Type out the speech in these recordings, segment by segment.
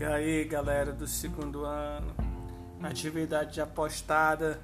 E aí, galera do segundo ano, atividade apostada.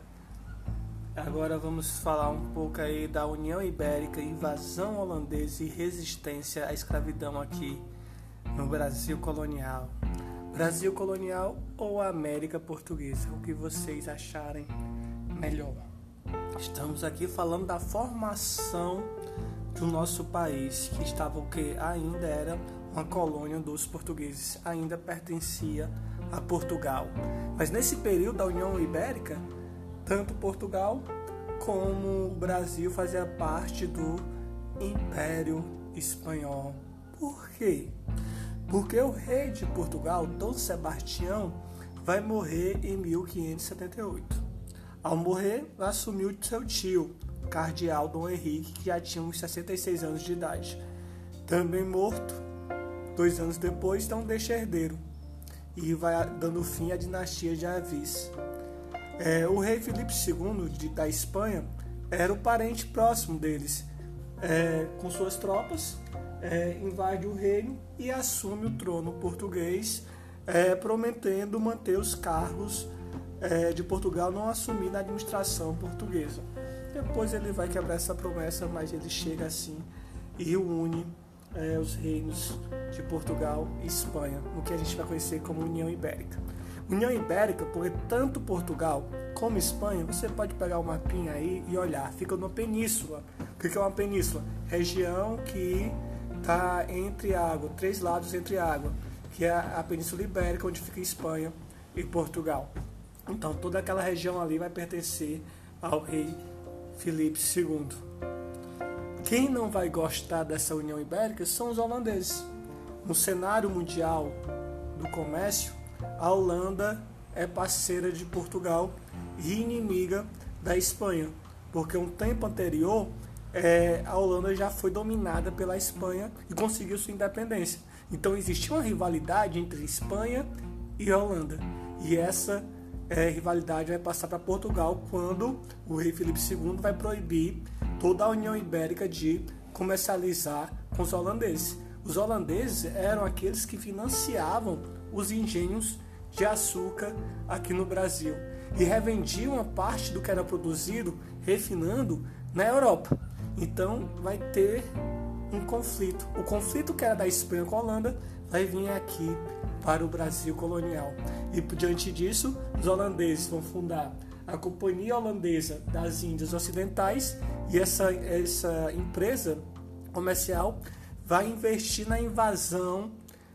Agora vamos falar um pouco aí da União Ibérica, invasão holandesa e resistência à escravidão aqui no Brasil colonial. Brasil colonial ou América Portuguesa, o que vocês acharem melhor. Estamos aqui falando da formação do nosso país, que estava ainda era uma colônia dos portugueses, ainda pertencia a Portugal. Mas nesse período da União Ibérica, tanto Portugal como o Brasil fazia parte do Império Espanhol. Por quê? Porque o rei de Portugal, Dom Sebastião, vai morrer em 1578. Ao morrer, assumiu seu tio, cardeal Dom Henrique, que já tinha uns 66 anos de idade. Também morto, 2 anos depois, Dom deixa herdeiro e vai dando fim à dinastia de Avis. O rei Filipe II da Espanha era o parente próximo deles. Com suas tropas, invade o reino e assume o trono português, prometendo manter os cargos de Portugal, não assumir na administração portuguesa. Depois ele vai quebrar essa promessa, mas ele chega assim e une os reinos de Portugal e Espanha, no que a gente vai conhecer como União Ibérica. União Ibérica, porque tanto Portugal como Espanha, você pode pegar um mapinha aí e olhar, fica numa península. O que é uma península? Região que está entre água, 3 lados entre água, que é a Península Ibérica, onde fica Espanha e Portugal. Então toda aquela região ali vai pertencer ao rei Filipe II. Quem não vai gostar dessa União Ibérica são os holandeses. No cenário mundial do comércio, a Holanda é parceira de Portugal e inimiga da Espanha, porque um tempo anterior a Holanda já foi dominada pela Espanha e conseguiu sua independência. Então existia uma rivalidade entre Espanha e Holanda, e essa rivalidade vai passar para Portugal quando o rei Filipe II vai proibir toda a União Ibérica de comercializar com os holandeses. Os holandeses eram aqueles que financiavam os engenhos de açúcar aqui no Brasil e revendiam a parte do que era produzido, refinando, na Europa. Então vai ter um conflito. O conflito que era da Espanha com a Holanda vai vir aqui para o Brasil colonial. E diante disso, os holandeses vão fundar a Companhia Holandesa das Índias Ocidentais, e essa empresa comercial vai investir na invasão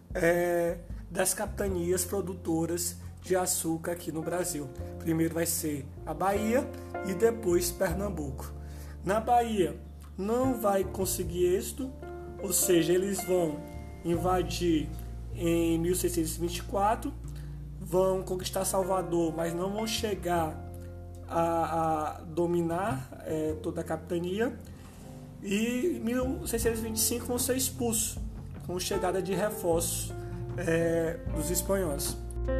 das capitanias produtoras de açúcar aqui no Brasil. Primeiro vai ser a Bahia e depois Pernambuco. Na Bahia não vai conseguir êxito, ou seja, eles vão invadir em 1624, vão conquistar Salvador, mas não vão chegar a dominar toda a capitania, e em 1625 vão ser expulsos com chegada de reforços dos espanhóis.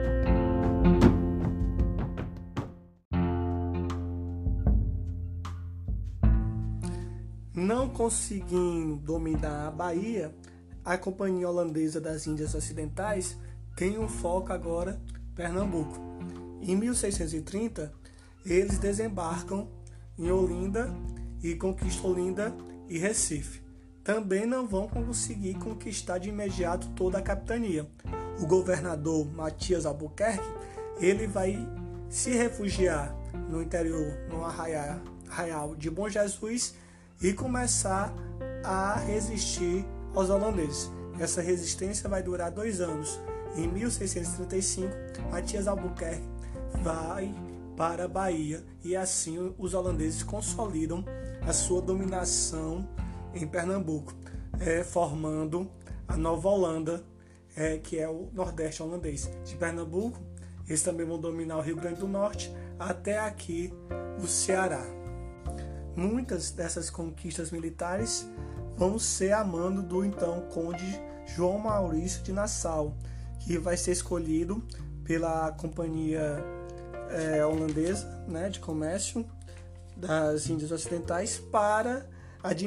Não conseguindo dominar a Bahia, a Companhia Holandesa das Índias Ocidentais tem um foco agora em Pernambuco. Em 1630, eles desembarcam em Olinda e conquistam Olinda e Recife. Também não vão conseguir conquistar de imediato toda a capitania. O governador Matias Albuquerque, ele vai se refugiar no interior, no arraial de Bom Jesus, e começar a resistir aos holandeses. Essa resistência vai durar 2 anos. Em 1635, Matias Albuquerque vai para a Bahia e assim os holandeses consolidam a sua dominação em Pernambuco, formando a Nova Holanda, que é o Nordeste holandês. De Pernambuco, eles também vão dominar o Rio Grande do Norte até aqui o Ceará. Muitas dessas conquistas militares vão ser a mando do então conde João Maurício de Nassau, que vai ser escolhido pela Companhia Holandesa, de Comércio das Índias Ocidentais, para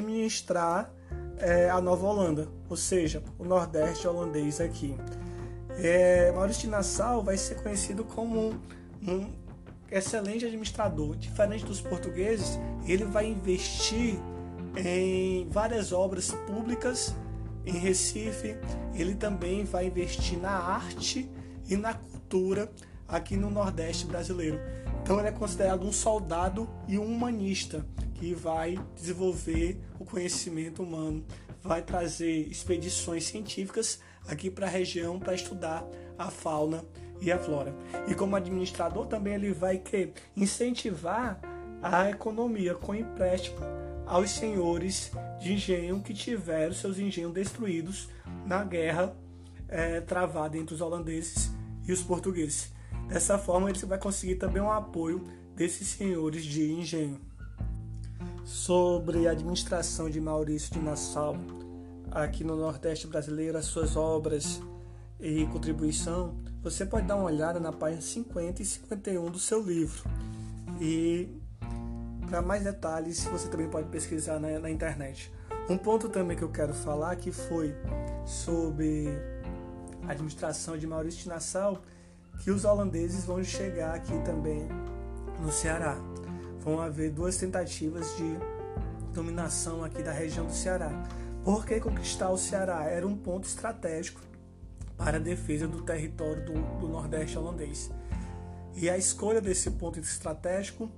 administrar a Nova Holanda, ou seja, o Nordeste holandês aqui. Maurício de Nassau vai ser conhecido como um excelente administrador. Diferente dos portugueses, ele vai investir em várias obras públicas em Recife. Ele também vai investir na arte e na cultura aqui no Nordeste brasileiro. Então ele é considerado um soldado e um humanista que vai desenvolver o conhecimento humano, vai trazer expedições científicas aqui para a região para estudar a fauna e a flora. E como administrador também ele vai incentivar a economia com empréstimo aos senhores de engenho que tiveram seus engenhos destruídos na guerra travada entre os holandeses e os portugueses. Dessa forma ele vai conseguir também um apoio desses senhores de engenho. Sobre a administração de Maurício de Nassau aqui no Nordeste brasileiro, as suas obras e contribuição, você pode dar uma olhada na página 50 e 51 do seu livro. E para mais detalhes, você também pode pesquisar na internet. Um ponto também que eu quero falar que foi sobre a administração de Maurício de Nassau, que os holandeses vão chegar aqui também no Ceará. Vão haver 2 tentativas de dominação aqui da região do Ceará. Porque conquistar o Ceará era um ponto estratégico para a defesa do território do Nordeste holandês. E a escolha desse ponto estratégico,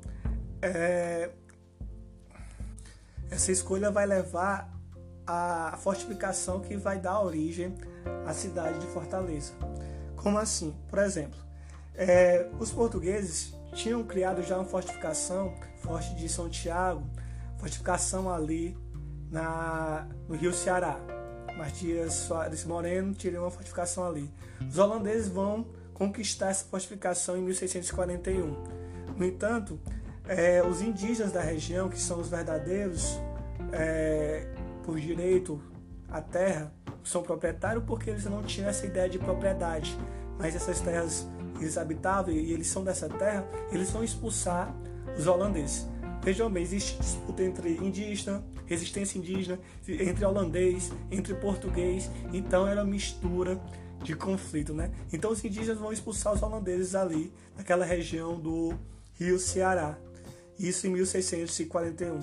essa escolha vai levar à fortificação que vai dar origem à cidade de Fortaleza. Como assim? Por exemplo, os portugueses tinham criado já uma fortificação, Forte de São Tiago, fortificação ali no Rio Ceará. Matias Soares Moreno tirou uma fortificação ali. Os holandeses vão conquistar essa fortificação em 1641. No entanto, os indígenas da região, que são os verdadeiros, por direito à terra, são proprietários porque eles não tinham essa ideia de propriedade, mas essas terras eles habitavam e eles são dessa terra, eles vão expulsar os holandeses. Vejam bem, existe disputa entre indígena, resistência indígena, entre holandês, entre português, então era uma mistura de conflito, né? Então os indígenas vão expulsar os holandeses ali, naquela região do Rio Ceará, isso em 1641.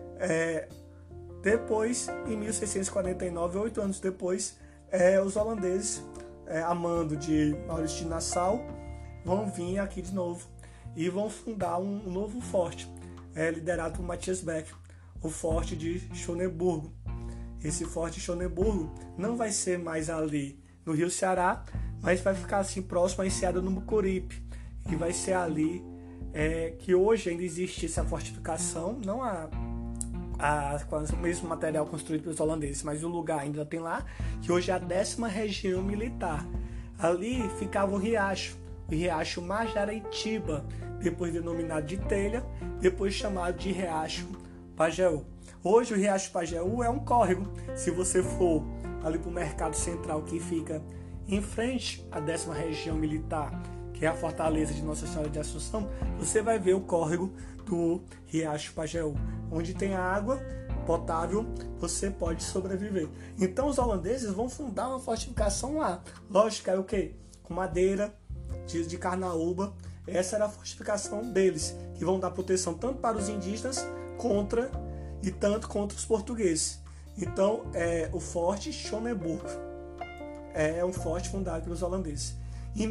Depois, em 1649, 8 anos depois, os holandeses, a mando de Maurício de Nassau, vão vir aqui de novo e vão fundar um novo forte, liderado por Matthias Beck, o forte de Schoneburgo. Esse forte de Schoneburgo não vai ser mais ali no Rio Ceará, mas vai ficar assim próximo à enseada do Mucuripe, e vai ser ali que hoje ainda existe essa fortificação, não com o mesmo material construído pelos holandeses, mas o lugar ainda tem lá, que hoje é a 10ª região militar. Ali ficava o Riacho Majaretiba, depois denominado de Telha, depois chamado de Riacho Pajeú. Hoje o Riacho Pajeú é um córrego. Se você for ali para o Mercado Central, que fica em frente à 10ª região militar, que é a fortaleza de Nossa Senhora de Assunção, você vai ver o córrego do Riacho Pajeú. Onde tem água potável, você pode sobreviver. Então os holandeses vão fundar uma fortificação lá. Lógico, é o quê? Com madeira, de carnaúba. Essa era a fortificação deles, que vão dar proteção tanto para os indígenas contra os portugueses. Então, o Forte Schoneburg é um forte fundado pelos holandeses. Em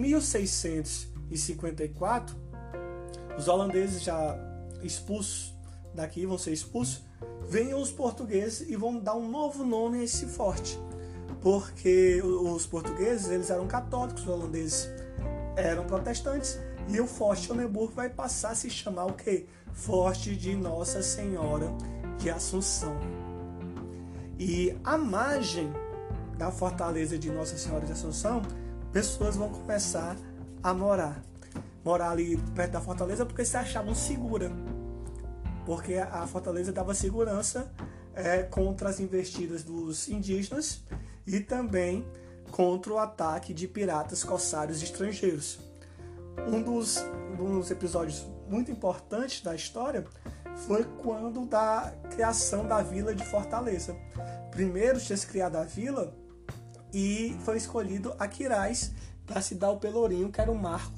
1654, os holandeses já expulsos daqui, vão ser expulsos, vêm os portugueses e vão dar um novo nome a esse forte, porque os portugueses eles eram católicos, os holandeses eram protestantes, e o Forte Schoneburg vai passar a se chamar o quê? Forte de Nossa Senhora de Assunção. E à margem da fortaleza de Nossa Senhora de Assunção, pessoas vão começar a morar ali perto da fortaleza porque se achavam segura, porque a fortaleza dava segurança contra as investidas dos indígenas e também contra o ataque de piratas corsários estrangeiros. Um dos episódios muito importantes da história foi quando da criação da vila de Fortaleza. Primeiro tinha se criado a vila e foi escolhido Aquiraz para se dar o Pelourinho, que era o marco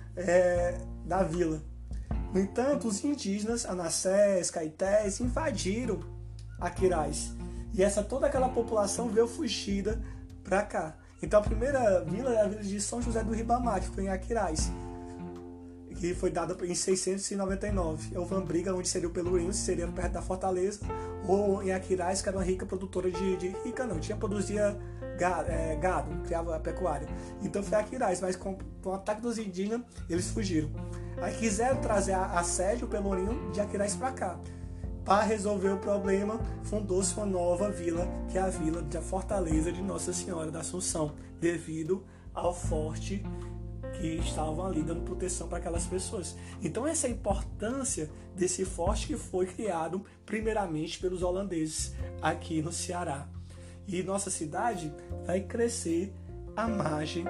da vila. No entanto, os indígenas, Anassés, Caetés, invadiram Aquiraz. E toda aquela população veio fugida para cá. Então a primeira vila é a vila de São José do Ribamar, que foi em Aquiraz, que foi dada em 699. Houve uma briga onde seria o Pelourinho, se seria perto da fortaleza, ou em Aquiraz, que era uma rica produtora produzia gado, criava pecuária. Então foi Aquiraz, mas com o ataque dos indígenas, eles fugiram. Aí quiseram trazer a sede, o Pelourinho, de Aquiraz para cá. Para resolver o problema, fundou-se uma nova vila, que é a vila da Fortaleza de Nossa Senhora da Assunção, devido ao forte que estavam ali dando proteção para aquelas pessoas. Então essa é a importância desse forte que foi criado primeiramente pelos holandeses aqui no Ceará. E nossa cidade vai crescer à margem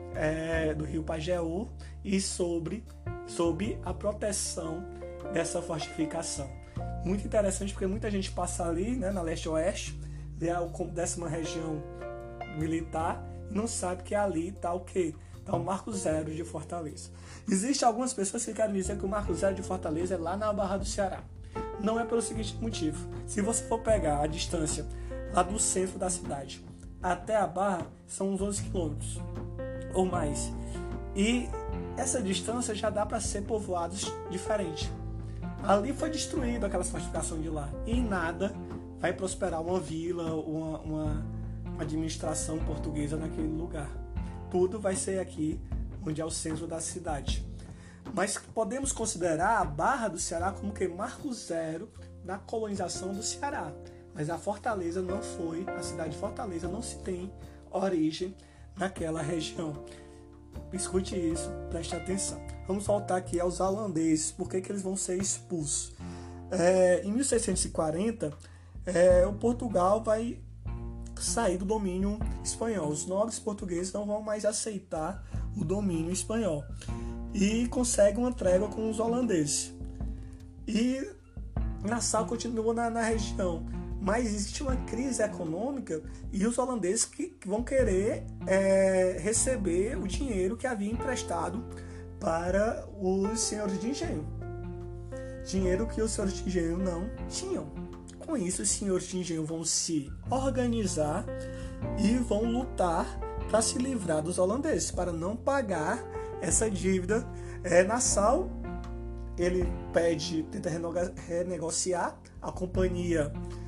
do rio Pajeú e sob a proteção dessa fortificação. Muito interessante, porque muita gente passa ali, né, na leste-oeste, vê a 10ª região militar e não sabe que ali está o quê? Está o Marco Zero de Fortaleza. Existem algumas pessoas que querem dizer que o Marco Zero de Fortaleza é lá na Barra do Ceará. Não é pelo seguinte motivo. Se você for pegar a distância lá do centro da cidade até a Barra, são uns 11 quilômetros ou mais. E essa distância já dá para ser povoados diferente. Ali foi destruído aquelas fortificações de lá. E em nada vai prosperar uma vila, uma administração portuguesa naquele lugar. Tudo vai ser aqui, onde é o centro da cidade. Mas podemos considerar a Barra do Ceará como que marco zero da colonização do Ceará. Mas a Fortaleza não foi, a cidade de Fortaleza não se tem origem naquela região. Escute isso, preste atenção. Vamos voltar aqui aos holandeses. Por que eles vão ser expulsos? Em 1640, o Portugal vai sair do domínio espanhol. Os nobres portugueses não vão mais aceitar o domínio espanhol. E conseguem uma trégua com os holandeses. E Nassau continua na região. Mas existe uma crise econômica e os holandeses que vão querer receber o dinheiro que havia emprestado para os senhores de engenho. Dinheiro que os senhores de engenho não tinham. Com isso, os senhores de engenho vão se organizar e vão lutar para se livrar dos holandeses, para não pagar essa dívida. Nassau, ele tenta renegociar. A companhia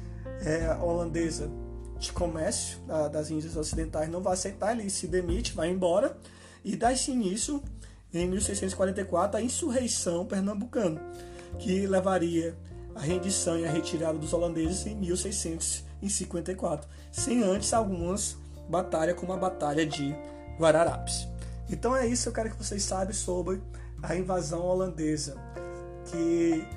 holandesa de comércio das Índias Ocidentais não vai aceitar, ele se demite, vai embora e dá-se início em 1644 a insurreição pernambucana, que levaria a rendição e a retirada dos holandeses em 1654, sem antes algumas batalhas, como a Batalha de Guararapes. Então é isso que eu quero que vocês saibam sobre a invasão holandesa, que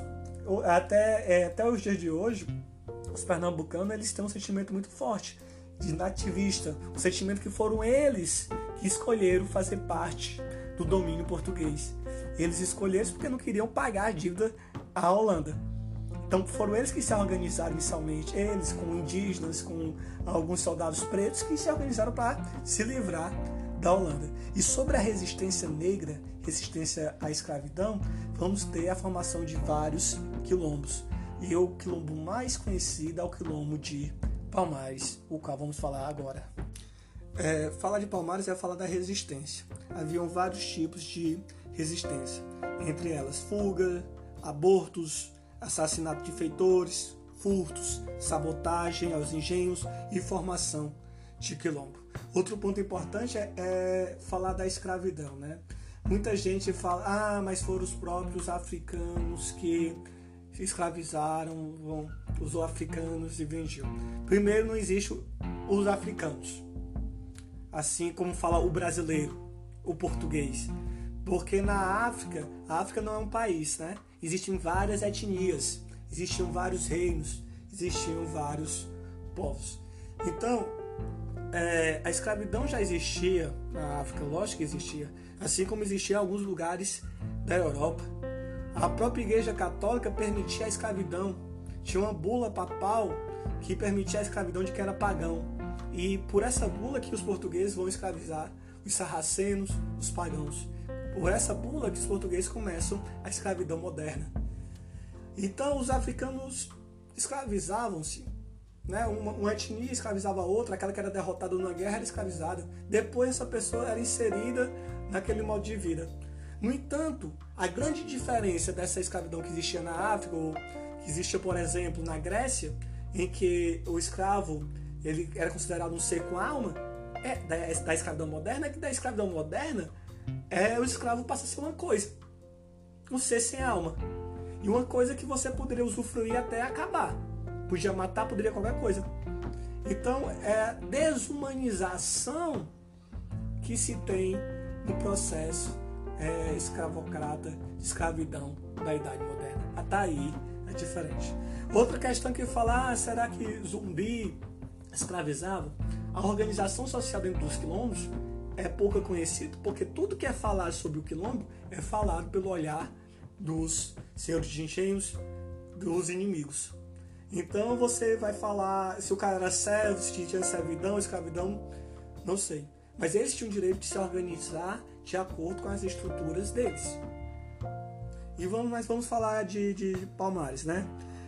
até os dias de hoje, os pernambucanos eles têm um sentimento muito forte de nativista, um sentimento que foram eles que escolheram fazer parte do domínio português. Eles escolheram porque não queriam pagar a dívida à Holanda. Então foram eles que se organizaram inicialmente, eles com indígenas, com alguns soldados pretos que se organizaram para se livrar da Holanda. E sobre a resistência negra, resistência à escravidão, vamos ter a formação de vários quilombos. E o quilombo mais conhecido é o quilombo de Palmares, o qual vamos falar agora. Falar de Palmares é falar da resistência. Haviam vários tipos de resistência, entre elas fuga, abortos, assassinato de feitores, furtos, sabotagem aos engenhos e formação de quilombo. Outro ponto importante é falar da escravidão, né? Muita gente fala, mas foram os próprios africanos que se escravizaram, os africanos e vendiam. Primeiro, não existe os africanos, assim como fala o brasileiro, o português. Porque na África, a África não é um país, né? Existem várias etnias, existiam vários reinos, existiam vários povos. Então, a escravidão já existia na África, lógico que existia, assim como existia em alguns lugares da Europa. A própria Igreja Católica permitia a escravidão. Tinha uma bula papal que permitia a escravidão de quem era pagão. E por essa bula que os portugueses vão escravizar os sarracenos, os pagãos. Por essa bula que os portugueses começam a escravidão moderna. Então os africanos escravizavam-se, né? Uma etnia escravizava a outra, aquela que era derrotada numa guerra era escravizada. Depois essa pessoa era inserida naquele modo de vida. No entanto, a grande diferença dessa escravidão que existia na África, ou que existia, por exemplo, na Grécia, em que o escravo ele era considerado um ser com alma, da escravidão moderna, é que da escravidão moderna o escravo passa a ser uma coisa, um ser sem alma. E uma coisa que você poderia usufruir até acabar. Podia matar, poderia qualquer coisa. Então, é a desumanização que se tem no processo escravocrata, escravidão da Idade Moderna. Até aí é diferente. Outra questão que fala, será que zumbi escravizava? A organização social dentro dos quilombos é pouco conhecida, porque tudo que é falado sobre o quilombo é falado pelo olhar dos senhores de engenhos, dos inimigos. Então você vai falar se o cara era servo, se tinha servidão, escravidão, não sei. Mas eles tinham o direito de se organizar de acordo com as estruturas deles. E vamos falar de Palmares, né?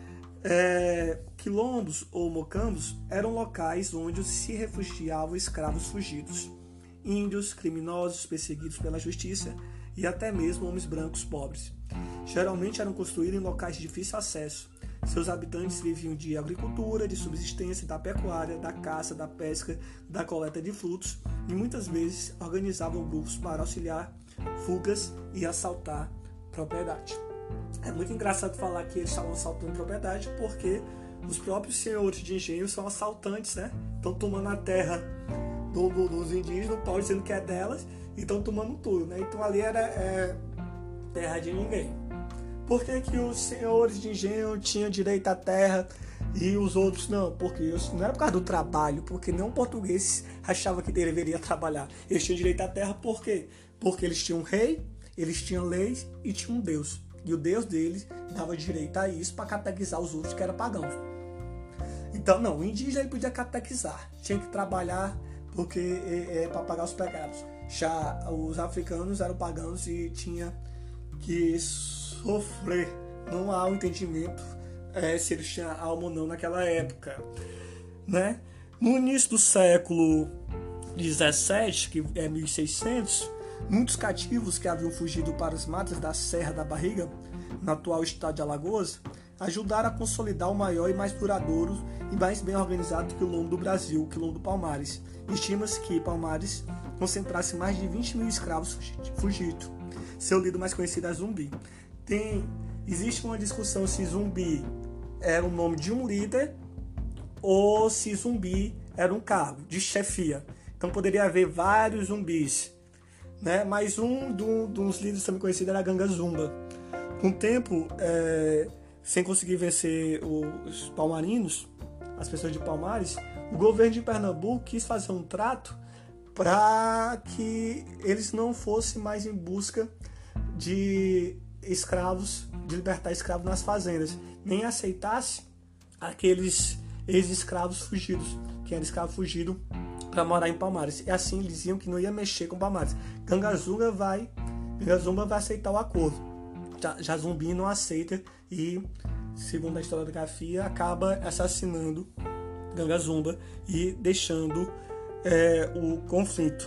Quilombos ou mocambos eram locais onde se refugiavam escravos fugidos, índios, criminosos perseguidos pela justiça e até mesmo homens brancos pobres. Geralmente eram construídos em locais de difícil acesso. Seus habitantes viviam de agricultura, de subsistência, da pecuária, da caça, da pesca, da coleta de frutos e muitas vezes organizavam grupos para auxiliar fugas e assaltar propriedade. É muito engraçado falar que eles estavam assaltando propriedade porque os próprios senhores de engenho são assaltantes, né? Estão tomando a terra dos indígenas, o pau dizendo que é delas e estão tomando tudo, né? Então ali era terra de ninguém. Por que os senhores de engenho tinham direito à terra e os outros não? Porque isso não era por causa do trabalho, porque nenhum português achava que deveria trabalhar. Eles tinham direito à terra por quê? Porque eles tinham um rei, eles tinham leis e tinham um Deus. E o Deus deles dava direito a isso para catequizar os outros que eram pagãos. Então não, o indígena ele podia catequizar, tinha que trabalhar porque para pagar os pecados. Já os africanos eram pagãos e tinha que sofrer. Não há um entendimento se eles tinham alma ou não naquela época, né? No início do século XVII, que é 1600, muitos cativos que haviam fugido para as matas da Serra da Barriga, no atual estado de Alagoas, ajudaram a consolidar o maior e mais duradouro e mais bem organizado quilombo do Brasil, o quilombo do Palmares. Estima-se que Palmares concentrasse mais de 20 mil escravos fugidos. Seu líder mais conhecido é Zumbi. Existe uma discussão se Zumbi era o nome de um líder ou se Zumbi era um cargo de chefia. Então poderia haver vários zumbis, né? Mas um dos líderes também conhecido era a Ganga Zumba. Com o tempo, sem conseguir vencer os palmarinos, as pessoas de Palmares, o governo de Pernambuco quis fazer um trato para que eles não fossem mais em busca de escravos, de libertar escravos nas fazendas, nem aceitasse aqueles ex-escravos fugidos, que era escravo fugido para morar em Palmares. E assim eles diziam que não ia mexer com Palmares. Ganga Zumba vai aceitar o acordo. Já Zumbi não aceita e, segundo a historiografia, acaba assassinando Ganga Zumba e deixando o conflito.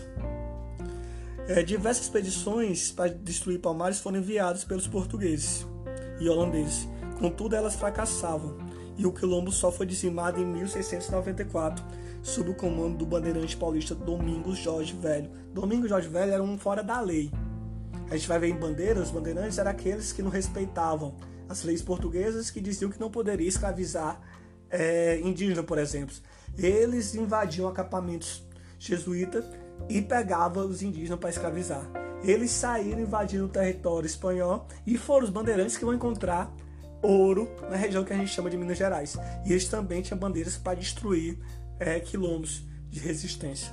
Diversas expedições para destruir Palmares foram enviadas pelos portugueses e holandeses. Contudo, elas fracassavam e o quilombo só foi dizimado em 1694, sob o comando do bandeirante paulista Domingos Jorge Velho. Domingos Jorge Velho era um fora da lei. A gente vai ver em bandeiras, os bandeirantes eram aqueles que não respeitavam as leis portuguesas, que diziam que não poderia escravizar indígena, por exemplo. Eles invadiam acampamentos jesuítas e pegavam os indígenas para escravizar. Eles saíram invadindo o território espanhol e foram os bandeirantes que vão encontrar ouro na região que a gente chama de Minas Gerais. E eles também tinham bandeiras para destruir quilombos de resistência.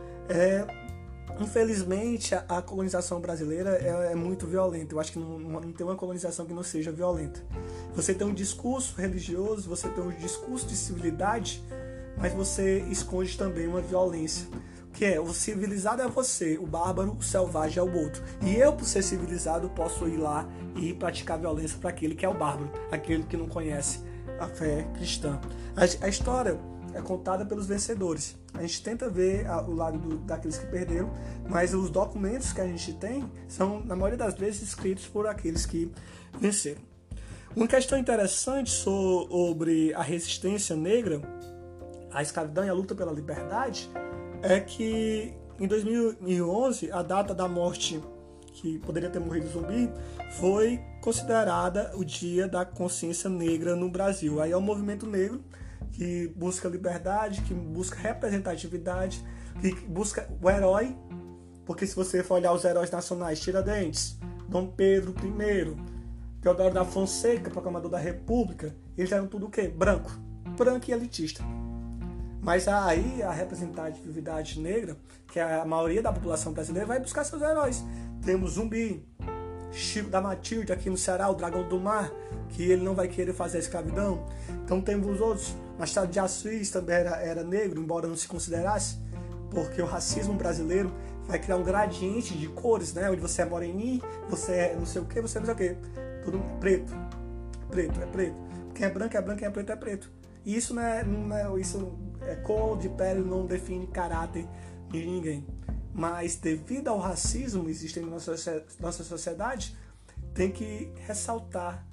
Infelizmente, a colonização brasileira é muito violenta. Eu acho que não tem uma colonização que não seja violenta. Você tem um discurso religioso, você tem um discurso de civilidade, mas você esconde também uma violência. que é: o civilizado é você, o bárbaro, o selvagem é o outro. E eu, por ser civilizado, posso ir lá e praticar violência para aquele que é o bárbaro, aquele que não conhece a fé cristã. A história é contada pelos vencedores. A gente tenta ver o lado daqueles que perderam, mas os documentos que a gente tem são, na maioria das vezes, escritos por aqueles que venceram. Uma questão interessante sobre a resistência negra, a escravidão e a luta pela liberdade, é que em 2011, a data da morte, que poderia ter morrido zumbi, foi considerada o Dia da Consciência Negra no Brasil. Aí é o movimento negro que busca liberdade, que busca representatividade, que busca o herói, porque se você for olhar os heróis nacionais, Tiradentes, Dom Pedro I, Teodoro da Fonseca, proclamador da República, eles eram tudo o quê? Branco e elitista. Mas aí a representatividade negra, que é a maioria da população brasileira, vai buscar seus heróis. Temos Zumbi, Chico da Matilde aqui no Ceará, o Dragão do Mar, que ele não vai querer fazer a escravidão. Então temos os outros. Machado de Assis também era negro, embora não se considerasse, porque o racismo brasileiro vai criar um gradiente de cores, né? Onde você é moreninho, você é não sei o que, você não sei o que. Tudo preto. Preto é preto. Quem é branco é branco, quem é preto é preto. E isso isso é cor de pele, não define caráter de ninguém. Mas devido ao racismo existente na nossa sociedade, tem que ressaltar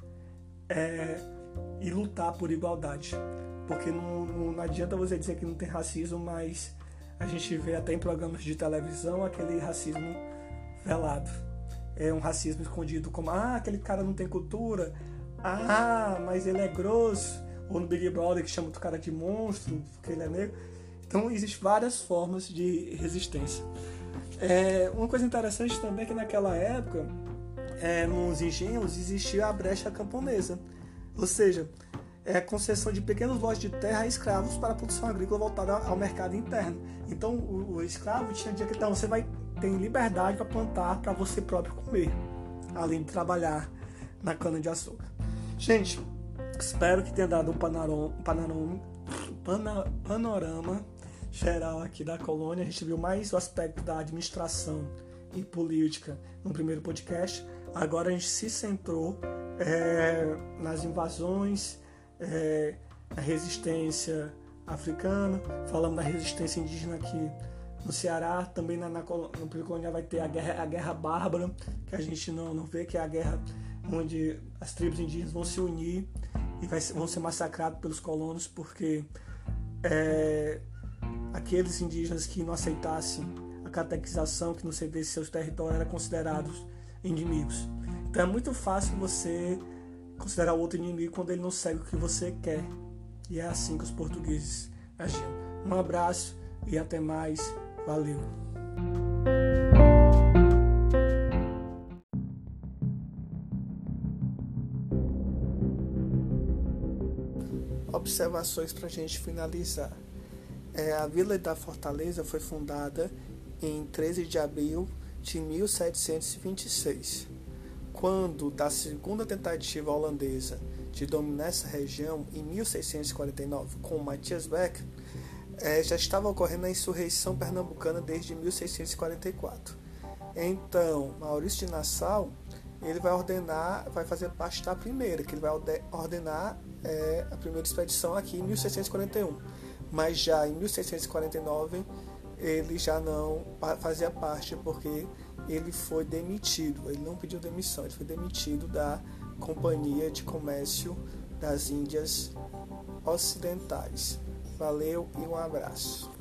e lutar por igualdade. Porque não adianta você dizer que não tem racismo, mas a gente vê até em programas de televisão aquele racismo velado. É um racismo escondido, como aquele cara não tem cultura, mas ele é grosso. Ou no Big Brother, que chama o cara de monstro, porque ele é negro. Então, existem várias formas de resistência. Uma coisa interessante também é que naquela época, nos engenhos, existia a brecha camponesa. Ou seja, a concessão de pequenos lotes de terra a escravos para a produção agrícola voltada ao mercado interno. Então, o escravo tinha dia que você vai ter liberdade para plantar para você próprio comer, além de trabalhar na cana-de-açúcar. Gente, espero que tenha dado um panorama geral aqui da colônia. A gente viu mais o aspecto da administração e política no primeiro podcast. Agora a gente se centrou nas invasões, na resistência africana, falamos da resistência indígena aqui no Ceará. Também no período colonial vai ter a guerra bárbara, que a gente não vê, que é a guerra onde as tribos indígenas vão se unir e vão ser massacrados pelos colonos, porque aqueles indígenas que não aceitassem a catequização, que não cedessem seus territórios, eram considerados inimigos. Então é muito fácil você considerar o outro inimigo quando ele não segue o que você quer. E é assim que os portugueses agiam. Um abraço e até mais. Valeu! Observações para a gente finalizar. A Vila da Fortaleza foi fundada em 13 de abril de 1726, quando da segunda tentativa holandesa de dominar essa região em 1649 com Matias Beck, já estava ocorrendo a insurreição pernambucana desde 1644. Então, Maurício de Nassau, ele vai fazer parte da primeira, que ele vai ordenar a primeira expedição aqui em 1641. Mas já em 1649 ele já não fazia parte, porque ele foi demitido. Ele não pediu demissão, ele foi demitido da Companhia de Comércio das Índias Ocidentais. Valeu e um abraço.